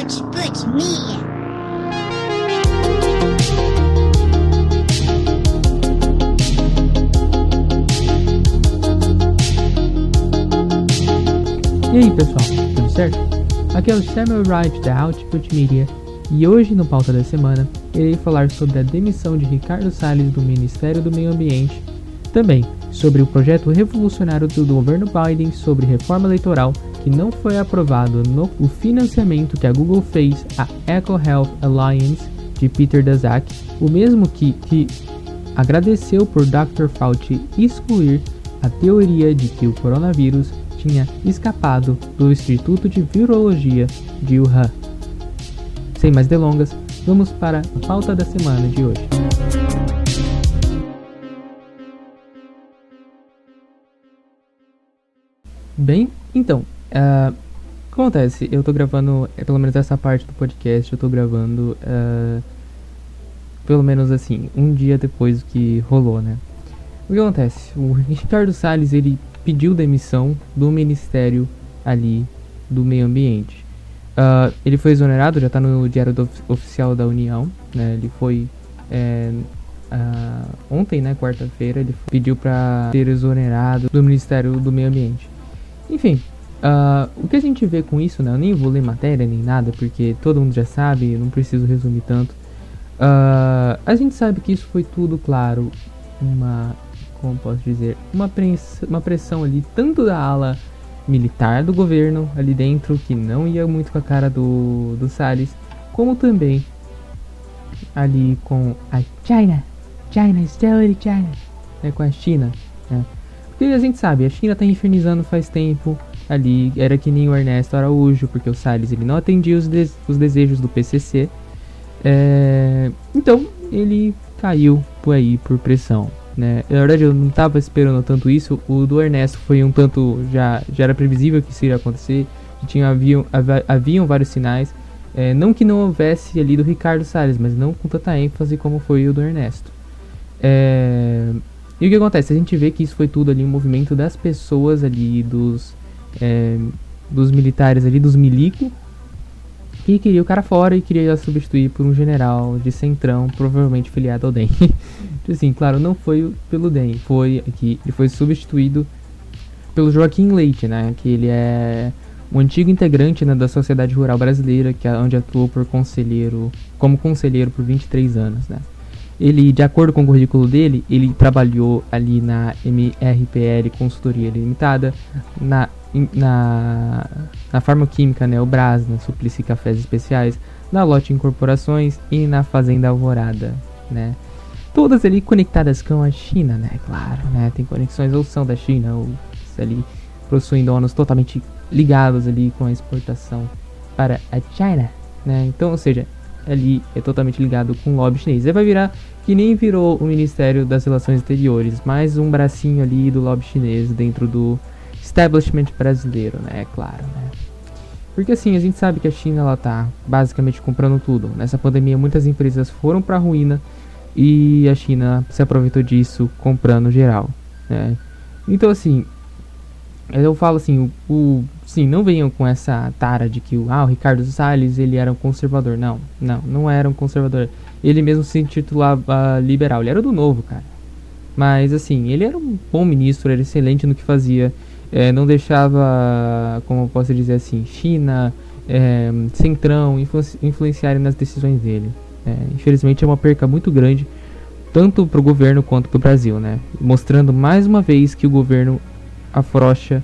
Output Media. E aí pessoal, tudo certo? Aqui é o Samuel Wright da Output Media e hoje no Pauta da Semana irei falar sobre a demissão de Ricardo Salles do Ministério do Meio Ambiente, também sobre o projeto revolucionário do governo Biden sobre reforma eleitoral que não foi aprovado o financiamento que a Google fez à EcoHealth Alliance de Peter Daszak, o mesmo que agradeceu por Dr. Fauci excluir a teoria de que o coronavírus tinha escapado do Instituto de Virologia de Wuhan. Sem mais delongas, vamos para a pauta da semana de hoje. Bem, então, acontece, eu tô gravando, pelo menos essa parte do podcast, eu tô gravando, pelo menos assim, um dia depois do que rolou, né? O que acontece? O Ricardo Salles, ele pediu demissão do Ministério ali do Meio Ambiente. Ele foi exonerado, já está no Diário Oficial da União, né? Ele foi ontem, né, quarta-feira, ele pediu para ser exonerado do Ministério do Meio Ambiente. Enfim, o que a gente vê com isso, né? Eu nem vou ler matéria nem nada, porque todo mundo já sabe, não preciso resumir tanto. A gente sabe que isso foi tudo, claro, como posso dizer, uma pressão ali, tanto da ala militar do governo ali dentro, que não ia muito com a cara do Salles, como também ali com a China, né, com a China, né? Porque a gente sabe, a China tá infernizando faz tempo ali, era que nem o Ernesto Araújo, porque o Salles ele não atendia os desejos do PCC, então ele caiu por pressão, né? Na verdade eu não estava esperando tanto isso. O do Ernesto foi um tanto, já era previsível que isso iria acontecer, haviam vários sinais, não que não houvesse ali do Ricardo Salles, mas não com tanta ênfase como foi o do Ernesto. E o que acontece? A gente vê que isso foi tudo ali um movimento das pessoas ali, dos militares ali, dos milico, que queria o cara fora e queria substituir por um general de centrão, provavelmente filiado ao DEM. Assim, claro, não foi pelo DEM, ele foi substituído pelo Joaquim Leite, né, que ele é um antigo integrante, né, da Sociedade Rural Brasileira, onde atuou como conselheiro por 23 anos, né. Ele, de acordo com o currículo dele, ele trabalhou ali na MRPL Consultoria Limitada, na Farmoquímica Neobras, na Suplicy Cafés Especiais, na Lotte Incorporações e na Fazenda Alvorada, né? Todas ali conectadas com a China, né? Claro, né? Tem conexões ou são da China ou ali possuem donos totalmente ligados ali com a exportação para a China, né? Então, ou seja, ali é totalmente ligado com o lobby chinês. Aí vai virar que nem virou o Ministério das Relações Exteriores, mais um bracinho ali do lobby chinês dentro do establishment brasileiro, né? É claro, né? Porque assim, a gente sabe que a China, ela tá basicamente comprando tudo. Nessa pandemia, muitas empresas foram pra ruína e a China se aproveitou disso comprando geral, né? Então assim, eu falo assim, sim, não venham com essa tara de que o Ricardo Salles, ele era um conservador. Não era um conservador. Ele mesmo se intitulava liberal, ele era do Novo, cara. Mas assim, ele era um bom ministro, era excelente no que fazia. Não deixava, como eu posso dizer assim, China, centrão, influenciarem nas decisões dele. Infelizmente é uma perca muito grande, tanto para o governo quanto para o Brasil, né? Mostrando mais uma vez que o governo afrouxa,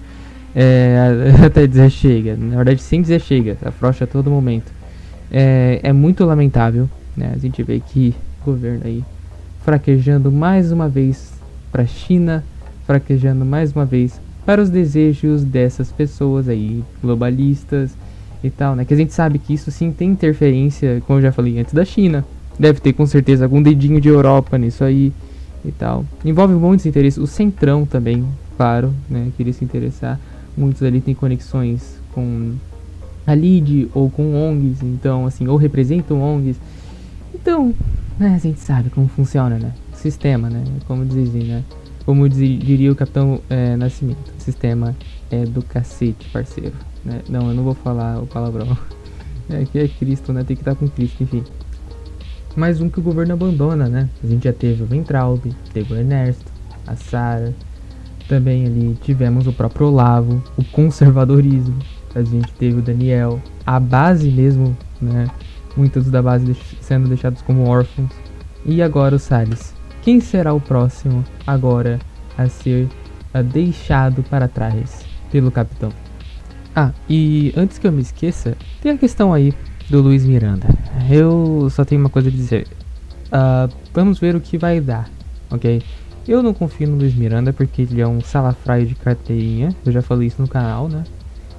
até dizer chega. Na verdade, sem dizer chega, afrouxa a todo momento. É muito lamentável, né? A gente vê que o governo aí fraquejando mais uma vez para a China, fraquejando mais uma vez para os desejos dessas pessoas aí, globalistas e tal, né? Que a gente sabe que isso sim tem interferência, como eu já falei antes, da China. Deve ter com certeza algum dedinho de Europa nisso aí e tal. Envolve muitos interesses. O Centrão também, claro, né? Queria se interessar. Muitos ali têm conexões com a LIDE ou com ONGs, então assim, ou representam ONGs. Então, né, a gente sabe como funciona, né? O sistema, né? Como dizem, né? Como diria o Capitão Nascimento, o sistema é do cacete, parceiro, né? Não, eu não vou falar o palavrão. que é Cristo, né? Tem que estar com Cristo, enfim. Mais um que o governo abandona, né? A gente já teve o Weintraub, teve o Ernesto, a Sara. Também ali tivemos o próprio Olavo, o conservadorismo. A gente teve o Daniel, a base mesmo, né? Muitos da base sendo deixados como órfãos. E agora o Salles. Quem será o próximo agora a ser deixado para trás pelo capitão? Ah, e antes que eu me esqueça, tem a questão aí do Luiz Miranda. Eu só tenho uma coisa a dizer. Vamos ver o que vai dar, ok? Eu não confio no Luiz Miranda porque ele é um salafraio de carteirinha. Eu já falei isso no canal, né?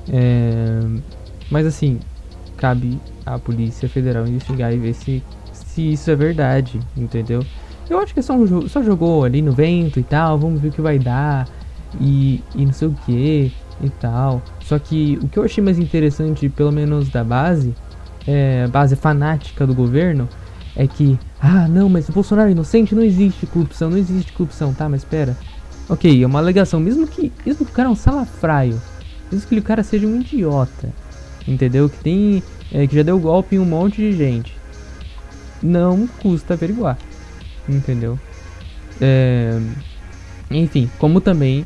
Mas assim, cabe à Polícia Federal investigar e ver se isso é verdade, entendeu? Eu acho que é só jogou ali no vento e tal, vamos ver o que vai dar e não sei o que e tal. Só que o que eu achei mais interessante, pelo menos da base, base fanática do governo, é que, não, mas o Bolsonaro é inocente, não existe corrupção, tá, mas espera. Ok, é uma alegação, mesmo que o cara é um salafraio, mesmo que o cara seja um idiota, entendeu? Que já deu golpe em um monte de gente, não custa averiguar, entendeu? Enfim, como também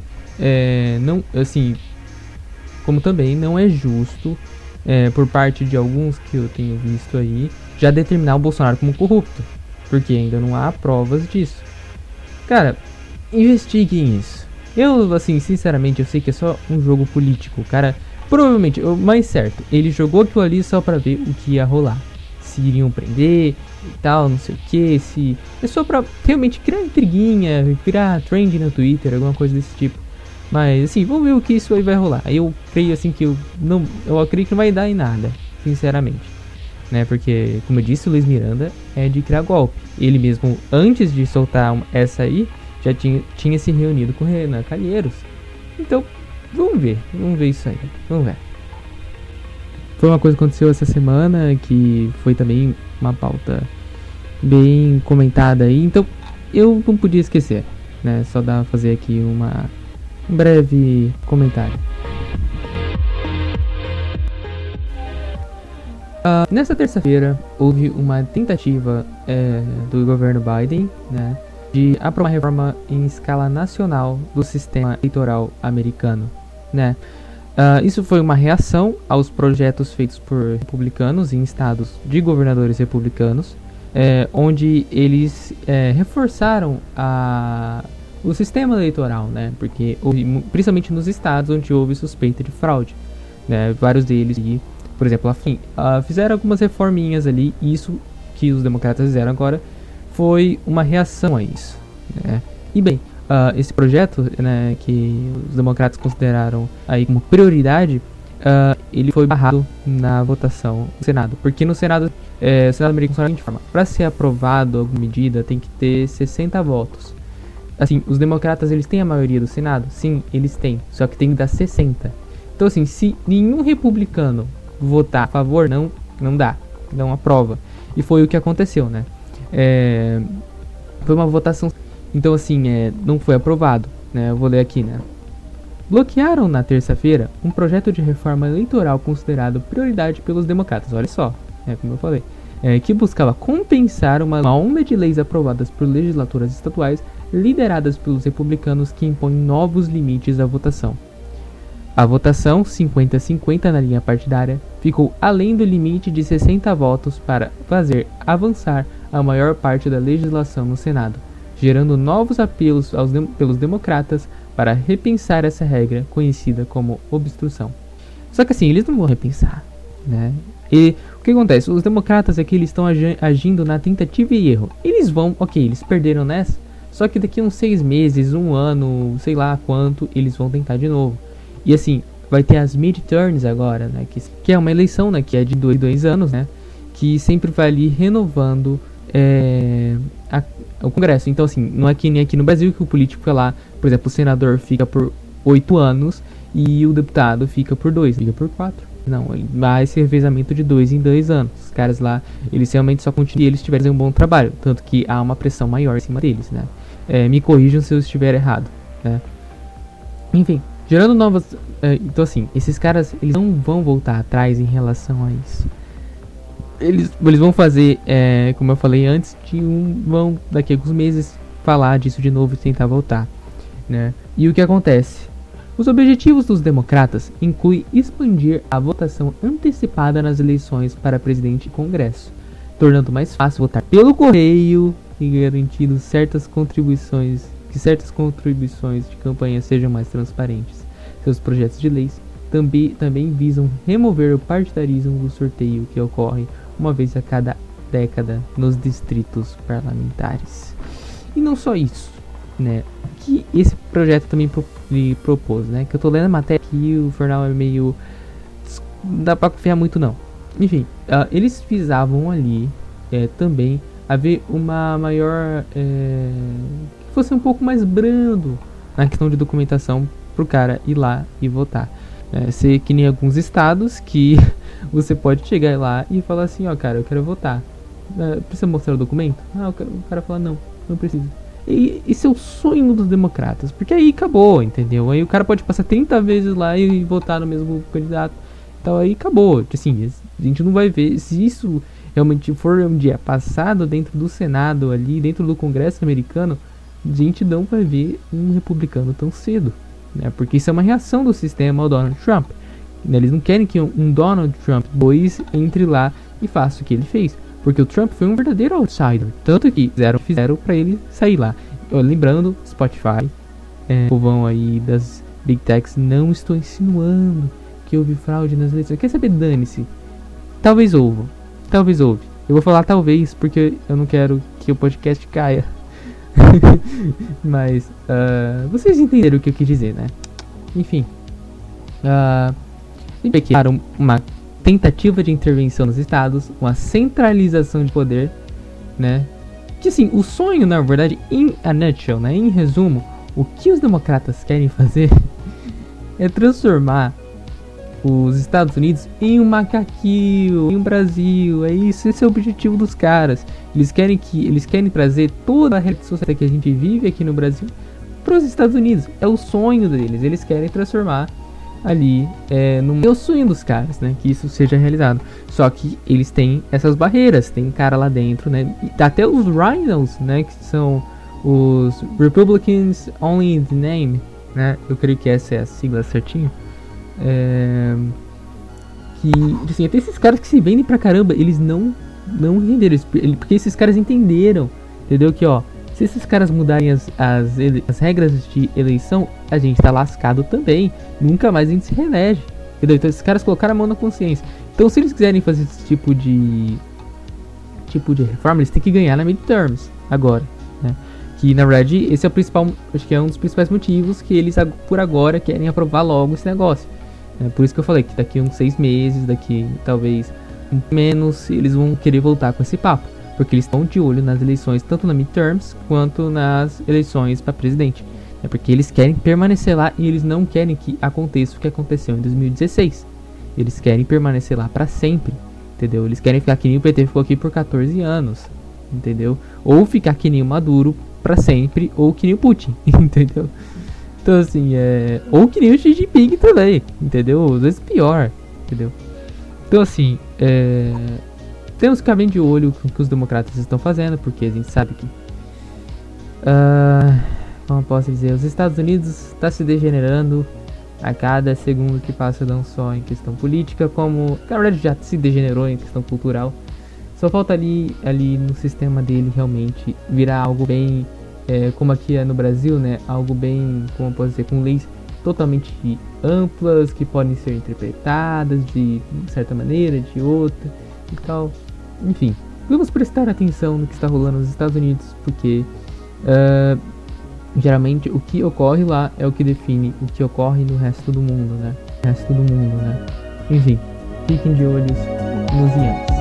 não é justo por parte de alguns que eu tenho visto aí já determinar o Bolsonaro como corrupto, porque ainda não há provas disso. Cara, investiguem isso. Eu, assim, sinceramente, eu sei que é só um jogo político. O cara, provavelmente, o mais certo, ele jogou aquilo ali só pra ver o que ia rolar. Se iriam prender e tal, não sei o que, se... É só pra realmente criar intriguinha, virar trend no Twitter, alguma coisa desse tipo. Mas, assim, vamos ver o que isso aí vai rolar. Eu creio, assim, eu acredito que não vai dar em nada, sinceramente. Né, porque, como eu disse, o Luiz Miranda é de criar golpe. Ele mesmo, antes de soltar essa aí, já tinha se reunido com o Renan Calheiros. Então, vamos ver isso aí, vamos ver. Foi uma coisa que aconteceu essa semana, que foi também uma pauta bem comentada aí, então eu não podia esquecer, né, só fazer aqui um breve comentário. Nessa terça-feira, houve uma tentativa do governo Biden, né, de aprovar uma reforma em escala nacional do sistema eleitoral americano, né. Isso foi uma reação aos projetos feitos por republicanos em estados de governadores republicanos, onde eles reforçaram o sistema eleitoral, né, porque principalmente nos estados onde houve suspeita de fraude, né, vários deles por exemplo, fizeram algumas reforminhas ali, e isso que os democratas fizeram agora foi uma reação a isso, né? E bem, esse projeto, né, que os democratas consideraram aí como prioridade, ele foi barrado na votação no Senado, porque no Senado, o Senado americano funciona da seguinte forma: para ser aprovado alguma medida tem que ter 60 votos. Assim, os democratas, eles têm a maioria do Senado? Sim, eles têm, só que tem que dar 60. Então, assim, se nenhum republicano votar a favor, não dá, não aprova. E foi o que aconteceu, né? Foi uma votação, então assim, não foi aprovado, né? Eu vou ler aqui, né? Bloquearam na terça-feira um projeto de reforma eleitoral considerado prioridade pelos democratas, olha só, como eu falei, que buscava compensar uma onda de leis aprovadas por legislaturas estaduais lideradas pelos republicanos que impõem novos limites à votação. A votação 50-50 na linha partidária ficou além do limite de 60 votos para fazer avançar a maior parte da legislação no Senado, gerando novos apelos pelos democratas para repensar essa regra conhecida como obstrução. Só que assim, eles não vão repensar, né? E o que acontece? Os democratas aqui, eles estão agindo na tentativa e erro. Eles eles perderam nessa, só que daqui a uns 6 meses, 1 ano, sei lá quanto, eles vão tentar de novo. E assim, vai ter as midterms agora, né, que é uma eleição, né, que é de 2 anos, né, que sempre vai ali renovando o Congresso. Então assim, não é que nem aqui no Brasil que o político fica lá, por exemplo, o senador fica por 8 anos e o deputado fica por 2, fica por 4. Não, vai esse revezamento de 2 em 2 anos. Os caras lá, eles realmente só continuam, eles tiverem um bom trabalho, tanto que há uma pressão maior em cima deles, né. Me corrijam se eu estiver errado, né. Enfim, gerando novas... então assim, esses caras, eles não vão voltar atrás em relação a isso. eles vão fazer, como eu falei antes, vão daqui a alguns meses falar disso de novo e tentar voltar, né? E o que acontece? Os objetivos dos democratas incluem expandir a votação antecipada nas eleições para presidente e congresso, tornando mais fácil votar pelo correio e garantindo que certas contribuições de campanha sejam mais transparentes. Seus projetos de leis também visam remover o partidarismo do sorteio que ocorre uma vez a cada década nos distritos parlamentares. E não só isso, né? Que esse projeto também propôs, né? Que eu tô lendo a matéria aqui, o jornal é meio... não dá pra confiar muito não. Enfim, eles visavam ali também haver uma maior... que fosse um pouco mais brando na questão de documentação pro cara ir lá e votar. Ser que nem alguns estados que você pode chegar lá e falar assim, ó, cara, eu quero votar. Precisa mostrar o documento? O cara fala, não precisa. E esse é o sonho dos democratas, porque aí acabou, entendeu? Aí o cara pode passar 30 vezes lá e votar no mesmo candidato. Então aí acabou. Assim, a gente não vai ver se isso realmente for um dia passado dentro do Senado ali, dentro do Congresso americano, a gente não vai ver um republicano tão cedo, né? Porque isso é uma reação do sistema ao Donald Trump. Eles não querem que um Donald Trump 2 entre lá e faça o que ele fez. Porque o Trump foi um verdadeiro outsider. Tanto que fizeram pra ele sair lá. Lembrando, Spotify, povão aí das Big Techs, não estou insinuando que houve fraude nas eleições. Quer saber? Dane-se. Talvez houve. Eu vou falar talvez, porque eu não quero que o podcast caia. Mas, vocês entenderam o que eu quis dizer, né? Enfim. Uma tentativa de intervenção nos estados, uma centralização de poder, né? Que assim, o sonho, na verdade, in a nutshell, né? Em resumo, o que os democratas querem fazer é transformar os Estados Unidos em um macaquinho, em um Brasil. Esse é o objetivo dos caras. Eles querem trazer toda a rede social que a gente vive aqui no Brasil para os Estados Unidos. É o sonho deles. Eles querem transformar ali no meu sonho dos caras, né, que isso seja realizado. Só que eles têm essas barreiras, tem cara lá dentro, né, e até os Rhinos, né, que são os Republicans Only in the Name, né, eu creio que essa é a sigla certinho, que assim, até esses caras que se vendem pra caramba, eles não entenderam, porque esses caras entenderam, entendeu, que ó, se esses caras mudarem as regras de eleição, a gente tá lascado também. Nunca mais a gente se reelege. Entendeu? Então esses caras colocaram a mão na consciência. Então se eles quiserem fazer esse tipo de reforma, eles têm que ganhar na midterms agora, né? Que na verdade esse é o principal, acho que é um dos principais motivos que eles por agora querem aprovar logo esse negócio. Por isso que eu falei que daqui uns 6 meses, daqui talvez menos, eles vão querer voltar com esse papo. Porque eles estão de olho nas eleições, tanto na midterms quanto nas eleições para presidente. Porque eles querem permanecer lá e eles não querem que aconteça o que aconteceu em 2016. Eles querem permanecer lá para sempre, entendeu? Eles querem ficar que nem o PT ficou aqui por 14 anos, entendeu? Ou ficar que nem o Maduro para sempre, ou que nem o Putin, entendeu? Então assim, ou que nem o Xi Jinping também, entendeu? Às vezes pior, entendeu? Então assim, temos que ficar bem de olho com o que os democratas estão fazendo, porque a gente sabe que, como posso dizer, os Estados Unidos está se degenerando a cada segundo que passa, não só em questão política, como, na verdade, já se degenerou em questão cultural. Só falta ali no sistema dele realmente virar algo bem, como aqui é no Brasil, né? Algo bem, como posso dizer, com leis totalmente amplas, que podem ser interpretadas de certa maneira, de outra e tal. Enfim, vamos prestar atenção no que está rolando nos Estados Unidos, porque geralmente o que ocorre lá é o que define o que ocorre no resto do mundo, né? Enfim, fiquem de olhos nos Yankees.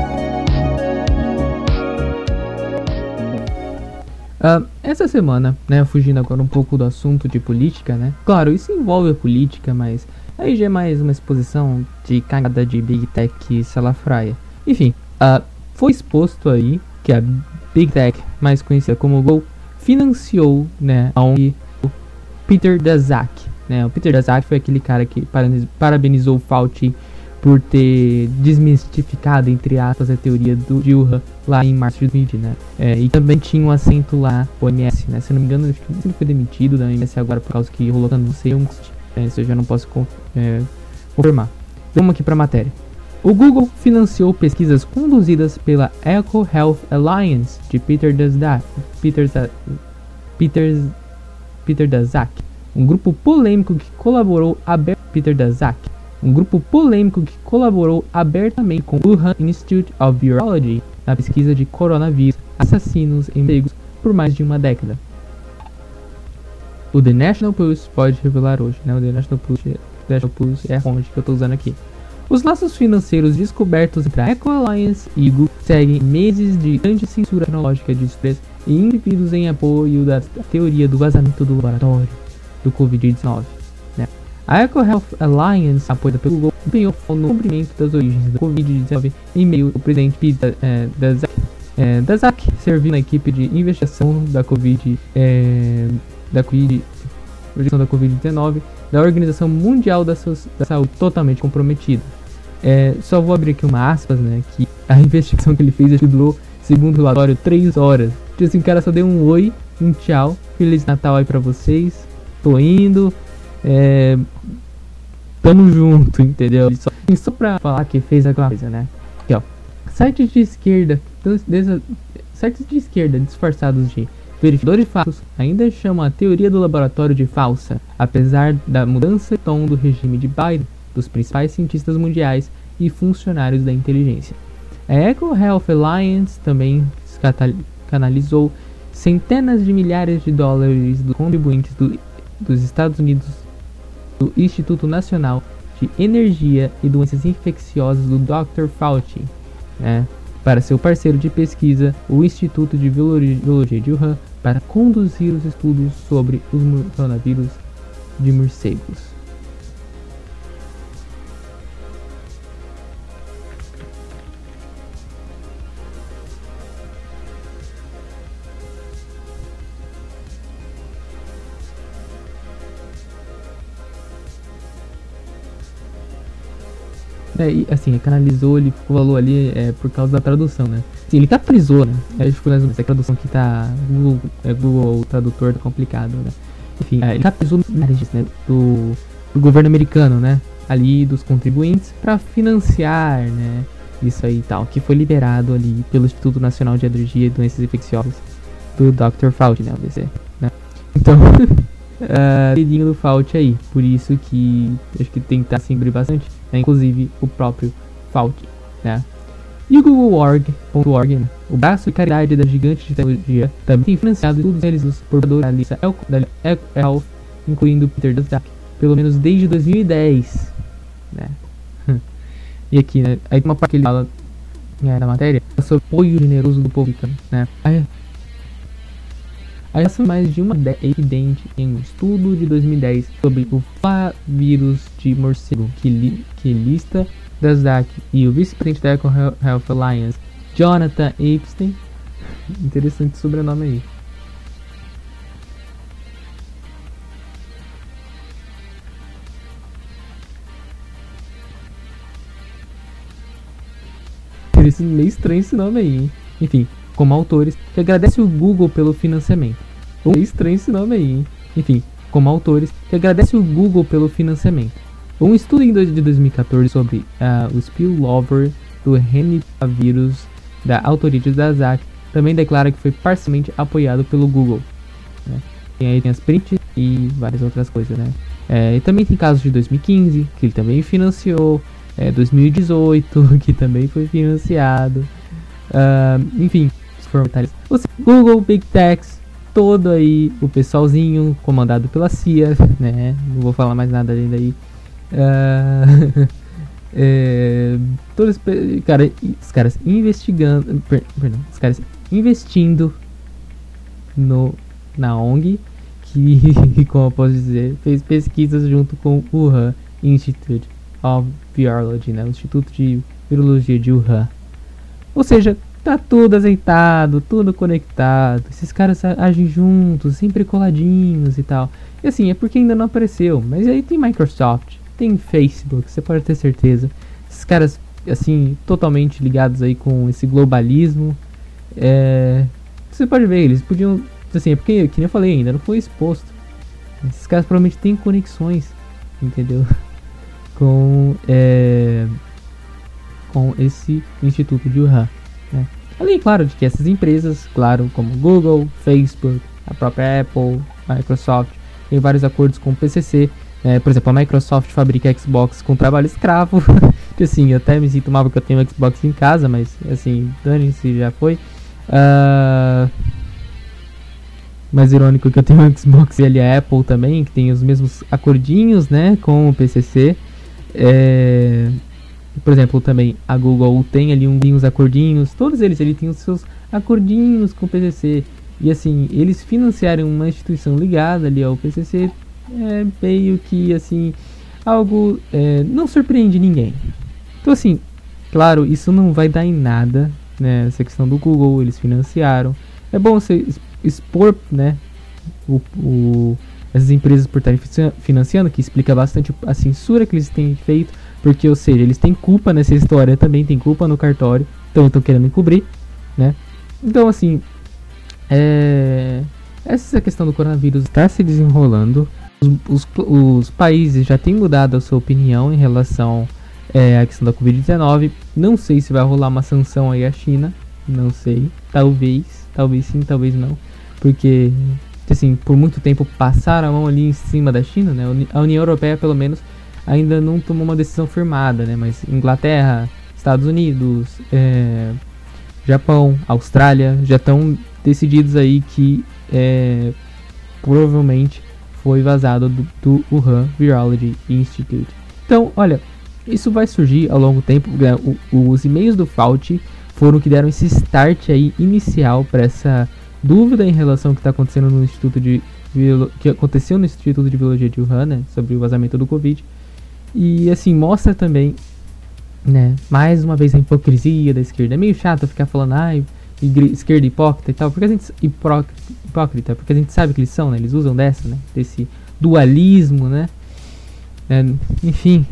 Essa semana, né, fugindo agora um pouco do assunto de política, né? Claro, isso envolve a política, mas aí já é mais uma exposição de cagada de Big Tech salafraia. Enfim, foi exposto aí que a Big Tech, mais conhecida como Google, financiou, né, a ONG Peter Daszak, né? O Peter Daszak foi aquele cara que parabenizou o Fauci por ter desmistificado, entre aspas, a teoria de Wuhan lá em março de 2020, né? E também tinha um assento lá, o OMS, né? Se eu não me engano, ele foi demitido da OMS agora por causa que rolou não sei isso eu já não posso confirmar. Vamos aqui para a matéria. O Google financiou pesquisas conduzidas pela Eco Health Alliance de Peter Daszak, um grupo polêmico que colaborou abertamente com o Wuhan Institute of Virology na pesquisa de coronavírus assassinos em morcegos por mais de uma década. O The National Pulse pode revelar hoje, né? O The National Pulse é a fonte que eu estou usando aqui. Os laços financeiros descobertos entre a Eco Alliance e Google seguem meses de grande censura tecnológica de empresas e indivíduos em apoio da teoria do vazamento do laboratório do Covid-19. Né? A Eco Health Alliance, apoiada pelo Google, empenhou no cumprimento das origens do Covid-19 em meio ao presidente Peter Daszak serviu na equipe de investigação da Covid-19 da Organização Mundial da Saúde, totalmente comprometido. Só vou abrir aqui uma aspas, né, que a investigação que ele fez durou, segundo o relatório, 3 horas. Tipo assim, o cara só deu um oi, um tchau, Feliz Natal aí pra vocês, tô indo, tamo junto, entendeu? Só pra falar que fez aquela coisa, né. Aqui, ó, sites de esquerda disfarçados de verificadores de fatos ainda chamam a teoria do laboratório de falsa, apesar da mudança de tom do regime de Biden, dos principais cientistas mundiais e funcionários da inteligência. A Eco Health Alliance também canalizou centenas de milhares de dólares dos contribuintes dos Estados Unidos do Instituto Nacional de Energia e Doenças Infecciosas do Dr. Fauci, né, para seu parceiro de pesquisa, o Instituto de Virologia de Wuhan, para conduzir os estudos sobre os coronavírus de morcegos. E assim, canalizou, ele falou ali por causa da tradução, né? Sim, ele capitalizou, né? A tradução que tá Google, o tradutor tá complicado, né? Enfim, ele capitalizou né, do governo americano, né? Ali dos contribuintes para financiar, né? Isso aí e tal, que foi liberado ali pelo Instituto Nacional de Alergia e Doenças Infecciosas do Dr. Fauci, né? O DC, né? Então, dedinho do Fauci aí, por isso que acho que tem que estar sempre bastante, né? Inclusive o próprio Fauci, né? E o Google.org, né? O braço de caridade da gigante de tecnologia, também tem financiado estudos realizados por da Eco Health, incluindo Peter Daszak, pelo menos desde 2010, né? E aqui, né? Aí tem uma parte que ele fala na matéria sobre o apoio generoso do povo, né? Aí mais de uma década evidente em um estudo de 2010 sobre o vírus de morcego que lista Daszak e o vice-presidente da Eco Health Alliance, Jonathan Epstein, interessante sobrenome aí, meio estranho esse nome aí, hein? Enfim, como autores, que agradece o Google pelo financiamento. Meio estranho esse nome aí, hein? Enfim, como autores, que agradece o Google pelo financiamento. Um estudo de 2014 sobre o spillover do Renipavírus da autoria de Daszak também declara que foi parcialmente apoiado pelo Google, né? E aí tem as prints e várias outras coisas, né? E também tem casos de 2015, que ele também financiou, 2018, que também foi financiado, enfim, Google, Big Techs, todo aí, o pessoalzinho comandado pela CIA, né? Não vou falar mais nada além daí. Todos os caras investigando, os caras investindo na ONG que, como eu posso dizer, fez pesquisas junto com o Wuhan Institute of Virology, né? O Instituto de Virologia de Wuhan. Ou seja, tá tudo azeitado, tudo conectado. Esses caras agem juntos, sempre coladinhos e tal. E assim, é porque ainda não apareceu. Mas aí tem Microsoft, tem Facebook, você pode ter certeza. esses caras, assim, totalmente ligados aí com esse globalismo. Você pode ver, eles podiam, assim, é porque, que nem eu falei, ainda não foi exposto. Esses caras provavelmente têm conexões, entendeu? Com esse Instituto de Wuhan, né? Além, claro, de que essas empresas, claro, como Google, Facebook, a própria Apple, Microsoft, tem vários acordos com o PCC. Por exemplo, a Microsoft fabrica Xbox com trabalho escravo. Que assim, eu até me sinto mal porque eu tenho um Xbox em casa, mas assim, dane-se, já foi. Mais irônico que eu tenho um Xbox e ali a Apple também, que tem os mesmos acordinhos, né, com o PCC. Por exemplo, também a Google tem ali uns acordinhos, todos eles têm os seus acordinhos com o PCC. E assim, eles financiarem uma instituição ligada ali ao PCC é meio que assim, algo não surpreende ninguém. Então assim, claro, isso não vai dar em nada, né, essa questão do Google, eles financiaram. É bom você expor, né, essas empresas por estarem financiando, que explica bastante a censura que eles têm feito, porque, ou seja, eles têm culpa nessa história, também tem culpa no cartório, então estão querendo encobrir, né. Então assim, essa questão do coronavírus está se desenrolando. Os países já têm mudado a sua opinião em relação à questão da Covid-19. Não sei se vai rolar uma sanção aí à China. Não sei. Talvez sim, talvez não. Porque, assim, por muito tempo passaram a mão ali em cima da China, né? A União Europeia, pelo menos, ainda não tomou uma decisão firmada, né? Mas Inglaterra, Estados Unidos, Japão, Austrália já estão decididos aí que provavelmente foi vazado do Wuhan Virology Institute. Então, olha, isso vai surgir ao longo do tempo. Os e-mails do Fauci foram que deram esse start aí inicial para essa dúvida em relação ao que está acontecendo no Instituto que aconteceu no Instituto de Virologia de Wuhan, né, sobre o vazamento do Covid. E assim, mostra também, né, mais uma vez a hipocrisia da esquerda. É meio chato ficar falando, esquerda hipócrita e tal, porque a gente hipócrita, porque a gente sabe que eles são, né? Eles usam desse dualismo, né? Enfim,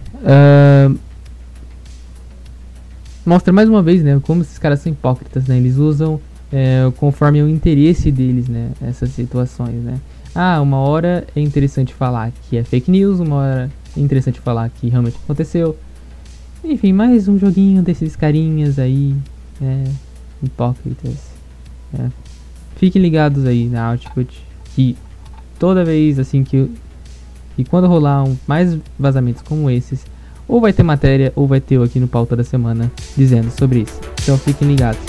mostra mais uma vez, né, como esses caras são hipócritas, né? Eles usam conforme o interesse deles, né, essas situações, né? Uma hora é interessante falar que é fake news, uma hora é interessante falar que realmente aconteceu. Enfim, mais um joguinho desses carinhas aí, hipócritas. Fiquem ligados aí na Output, que toda vez assim que quando rolar mais vazamentos como esses, ou vai ter matéria ou vai ter eu aqui no Pauta da Semana dizendo sobre isso. Então fiquem ligados.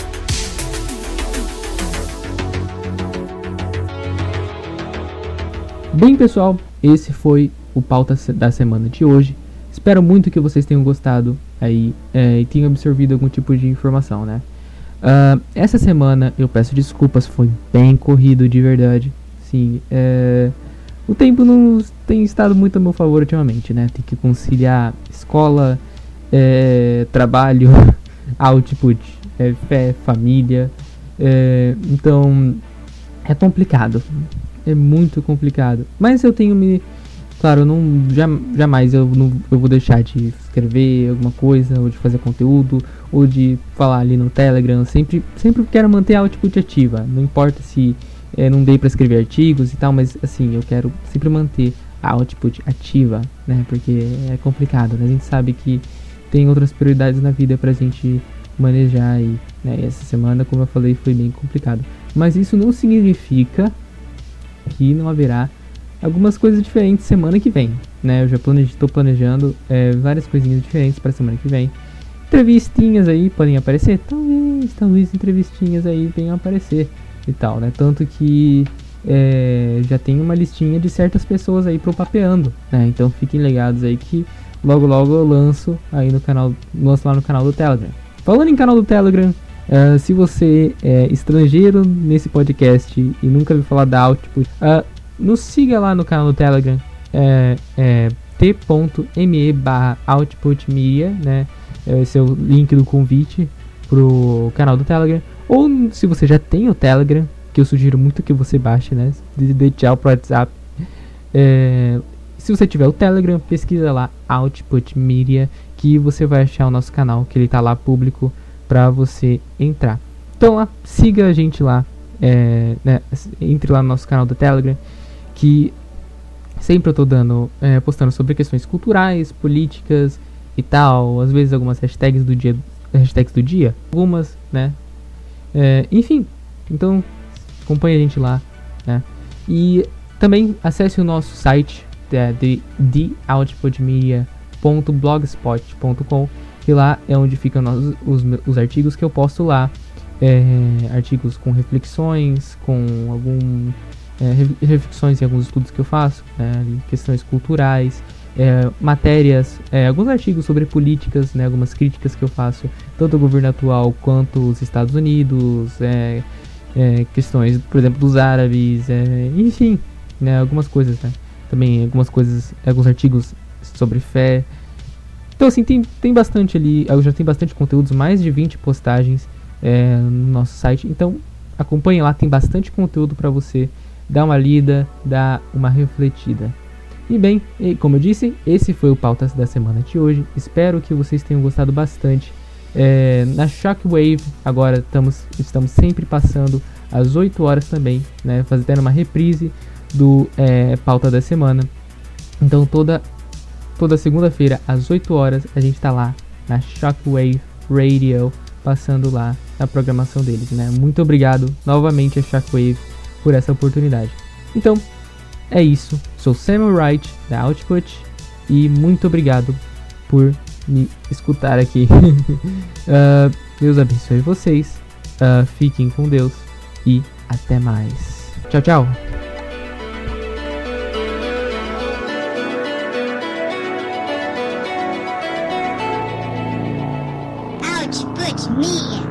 Bem, pessoal, esse foi o Pauta da Semana de hoje. Espero muito que vocês tenham gostado aí e tenham absorvido algum tipo de informação, né? Essa semana eu peço desculpas, foi bem corrido de verdade. Sim, o tempo não tem estado muito a meu favor ultimamente, né? Tem que conciliar escola, trabalho, output, fé, família. Então é complicado, é muito complicado. Mas eu tenho claro, jamais eu vou deixar de escrever alguma coisa, ou de fazer conteúdo, ou de falar ali no Telegram. Sempre quero manter a output ativa. Não importa se não dei para escrever artigos e tal, mas assim, eu quero sempre manter a output ativa, né? Porque é complicado, né? A gente sabe que tem outras prioridades na vida pra gente manejar aí, né? E essa semana, como eu falei, foi bem complicado. Mas isso não significa que não haverá algumas coisas diferentes semana que vem, né? Eu já estou planejando várias coisinhas diferentes para semana que vem. Entrevistinhas aí podem aparecer, talvez entrevistinhas aí venham aparecer e tal, né? Tanto que já tem uma listinha de certas pessoas aí pro Papeando, né? Então fiquem ligados aí que logo eu lanço aí no canal, lá no canal do Telegram. Falando em canal do Telegram, se você é estrangeiro nesse podcast e nunca ouviu falar da Output, nos siga lá no canal do Telegram, t.me/outputmedia, né? Esse é o link do convite pro canal do Telegram. Ou se você já tem o Telegram, que eu sugiro muito que você baixe, né? Dê tchau pro WhatsApp. Se você tiver o Telegram, pesquisa lá Output Media, que você vai achar o nosso canal, que ele tá lá público para você entrar. Então lá, siga a gente lá, né, entre lá no nosso canal do Telegram, que sempre eu tô postando sobre questões culturais, políticas e tal, às vezes algumas hashtags do dia, algumas, né, enfim, então acompanhe a gente lá, né, e também acesse o nosso site, theoutputmedia.blogspot.com, que lá é onde ficam os artigos que eu posto lá, artigos com reflexões, com reflexões em alguns estudos que eu faço, questões culturais, matérias, alguns artigos sobre políticas, né, algumas críticas que eu faço, tanto ao governo atual quanto os Estados Unidos, questões, por exemplo, dos árabes, enfim, né, algumas coisas, né, também alguns artigos sobre fé. Então assim, tem bastante ali, eu já tenho bastante conteúdos, mais de 20 postagens no nosso site, então acompanhe lá, tem bastante conteúdo para você dar uma lida, dar uma refletida. E bem, como eu disse, esse foi o Pautas da semana de hoje, espero que vocês tenham gostado bastante. Na Shockwave, agora estamos sempre passando às 8 horas também, né, fazendo uma reprise do Pauta da semana. Então toda segunda-feira às 8 horas a gente tá lá na Shockwave Radio, passando lá a programação deles, né? Muito obrigado novamente a Shockwave por essa oportunidade. Então é isso, sou Samuel Wright da Output e muito obrigado por me escutar aqui. Deus abençoe vocês, fiquem com Deus e até mais. Tchau, tchau. Output Media.